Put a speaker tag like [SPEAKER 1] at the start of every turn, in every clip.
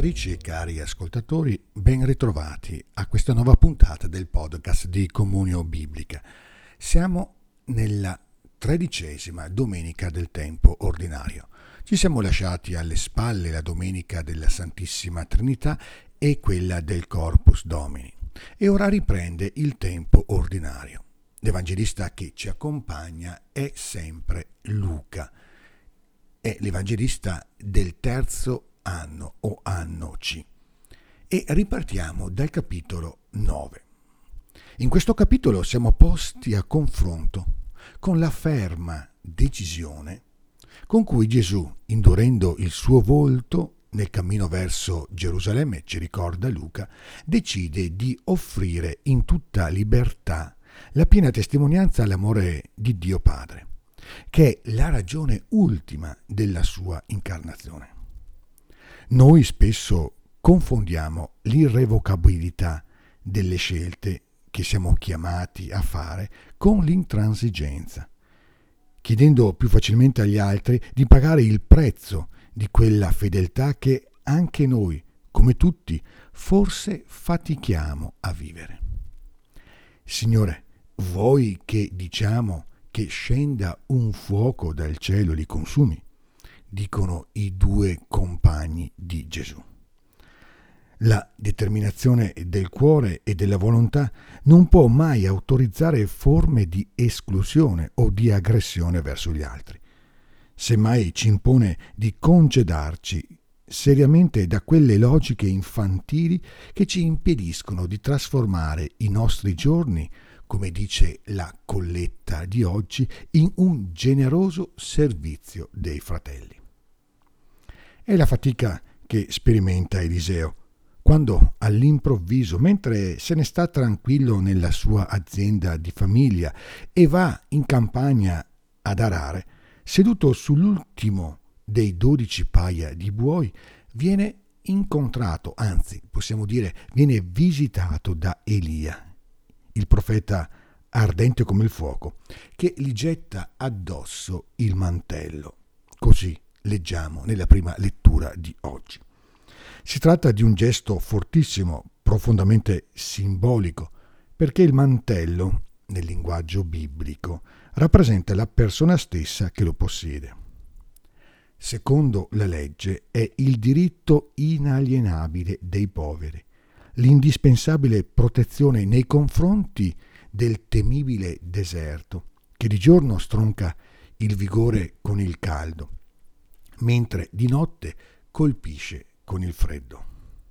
[SPEAKER 1] ascoltatrici e cari ascoltatori, ben ritrovati a questa nuova puntata del podcast di Comunio Biblica. Siamo nella 13ª domenica del tempo ordinario. Ci siamo lasciati alle spalle la domenica della Santissima Trinità e quella del Corpus Domini e ora riprende il tempo ordinario. L'evangelista che ci accompagna è sempre Luca. È l'evangelista del terzo anno o anno C. E ripartiamo dal capitolo 9. In questo capitolo siamo posti a confronto con la ferma decisione con cui Gesù, indurendo il suo volto nel cammino verso Gerusalemme, ci ricorda Luca, decide di offrire in tutta libertà la piena testimonianza all'amore di Dio Padre, che è la ragione ultima della sua incarnazione. Noi spesso confondiamo l'irrevocabilità delle scelte che siamo chiamati a fare con l'intransigenza, chiedendo più facilmente agli altri di pagare il prezzo di quella fedeltà che anche noi, come tutti, forse fatichiamo a vivere. Signore, vuoi che diciamo che scenda un fuoco dal cielo e li consumi? Dicono i due compagni di Gesù. La determinazione del cuore e della volontà non può mai autorizzare forme di esclusione o di aggressione verso gli altri. Semmai ci impone di congedarci seriamente da quelle logiche infantili che ci impediscono di trasformare i nostri giorni, come dice la colletta di oggi, in un generoso servizio dei fratelli. È la fatica che sperimenta Eliseo quando all'improvviso, mentre se ne sta tranquillo nella sua azienda di famiglia e va in campagna ad arare, seduto sull'ultimo dei 12 paia di buoi, viene incontrato, anzi possiamo dire viene visitato da Elia, il profeta ardente come il fuoco, che gli getta addosso il mantello. Così leggiamo nella prima lettura di oggi. Si tratta di un gesto fortissimo, profondamente simbolico, perché il mantello, nel linguaggio biblico, rappresenta la persona stessa che lo possiede. Secondo la legge è il diritto inalienabile dei poveri, l'indispensabile protezione nei confronti del temibile deserto, che di giorno stronca il vigore con il caldo, mentre di notte colpisce con il freddo.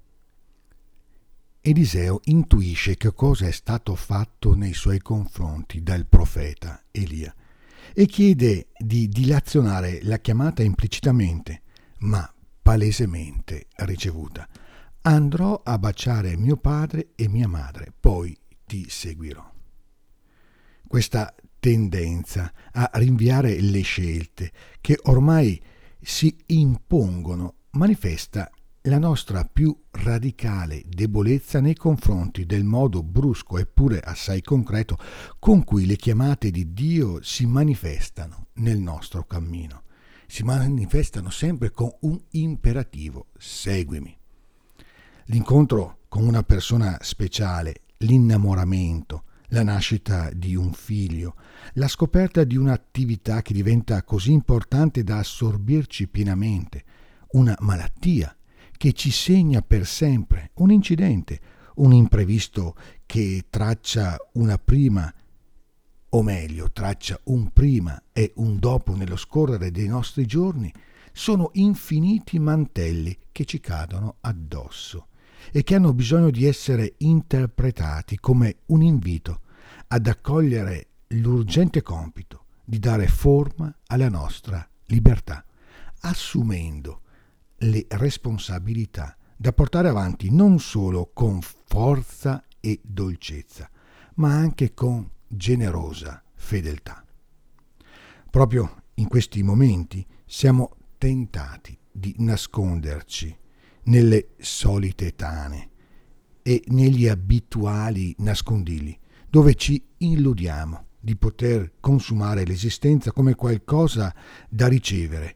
[SPEAKER 1] Eliseo intuisce che cosa è stato fatto nei suoi confronti dal profeta Elia e chiede di dilazionare la chiamata implicitamente, ma palesemente ricevuta. Andrò a baciare mio padre e mia madre, poi ti seguirò. Questa tendenza a rinviare le scelte che ormai si impongono manifesta la nostra più radicale debolezza nei confronti del modo brusco eppure assai concreto con cui le chiamate di Dio si manifestano nel nostro cammino. Si manifestano sempre con un imperativo: seguimi. L'incontro con una persona speciale, l'innamoramento, la nascita di un figlio, la scoperta di un'attività che diventa così importante da assorbirci pienamente, una malattia che ci segna per sempre, un incidente, un imprevisto che traccia una prima, o meglio, traccia un prima e un dopo nello scorrere dei nostri giorni, sono infiniti mantelli che ci cadono addosso e che hanno bisogno di essere interpretati come un invito ad accogliere l'urgente compito di dare forma alla nostra libertà, assumendo le responsabilità da portare avanti non solo con forza e dolcezza, ma anche con generosa fedeltà. Proprio in questi momenti siamo tentati di nasconderci nelle solite tane e negli abituali nascondigli, dove ci illudiamo di poter consumare l'esistenza come qualcosa da ricevere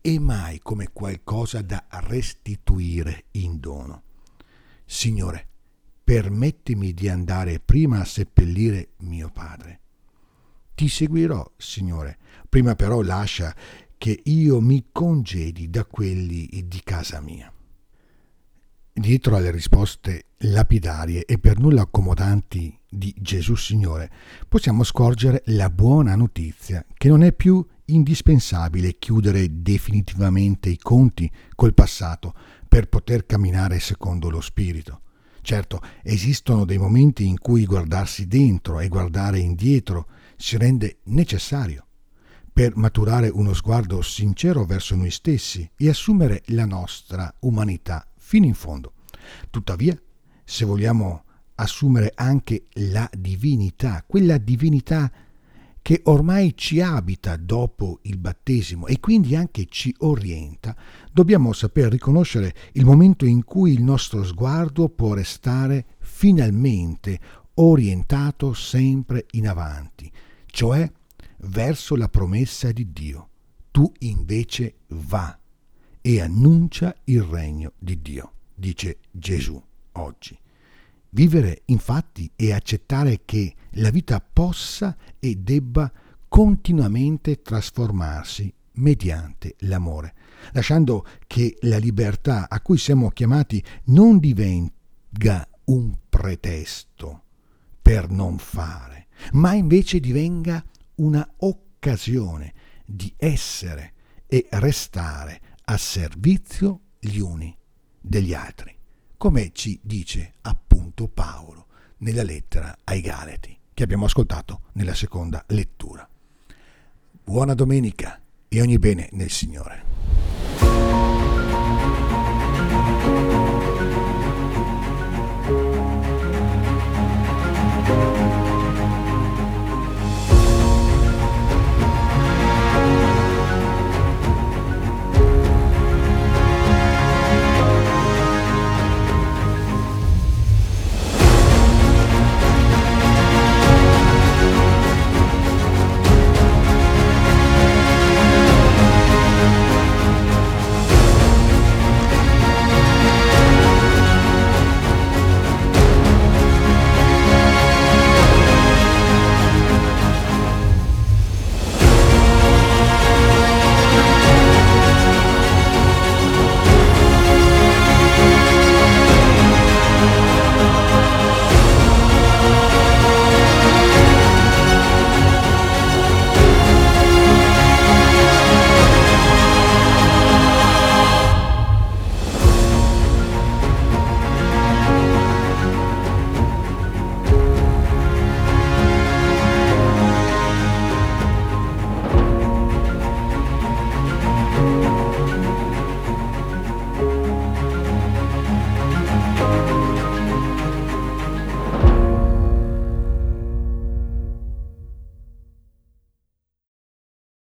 [SPEAKER 1] e mai come qualcosa da restituire in dono. Signore, permettimi di andare prima a seppellire mio padre. Ti seguirò, Signore, prima però lascia che io mi congedi da quelli di casa mia. Dietro alle risposte lapidarie e per nulla accomodanti di Gesù Signore, possiamo scorgere la buona notizia che non è più indispensabile chiudere definitivamente i conti col passato per poter camminare secondo lo Spirito. Certo, esistono dei momenti in cui guardarsi dentro e guardare indietro si rende necessario per maturare uno sguardo sincero verso noi stessi e assumere la nostra umanità fino in fondo. Tuttavia, se vogliamo assumere anche la divinità, quella divinità che ormai ci abita dopo il battesimo e quindi anche ci orienta, dobbiamo saper riconoscere il momento in cui il nostro sguardo può restare finalmente orientato sempre in avanti, cioè verso la promessa di Dio. Tu invece va e annuncia il regno di Dio, dice Gesù oggi. Vivere infatti e accettare che la vita possa e debba continuamente trasformarsi mediante l'amore, lasciando che la libertà a cui siamo chiamati non divenga un pretesto per non fare, ma invece divenga una occasione di essere e restare a servizio gli uni degli altri, come ci dice appunto Paolo nella lettera ai Galati, che abbiamo ascoltato nella seconda lettura. Buona domenica e ogni bene nel Signore.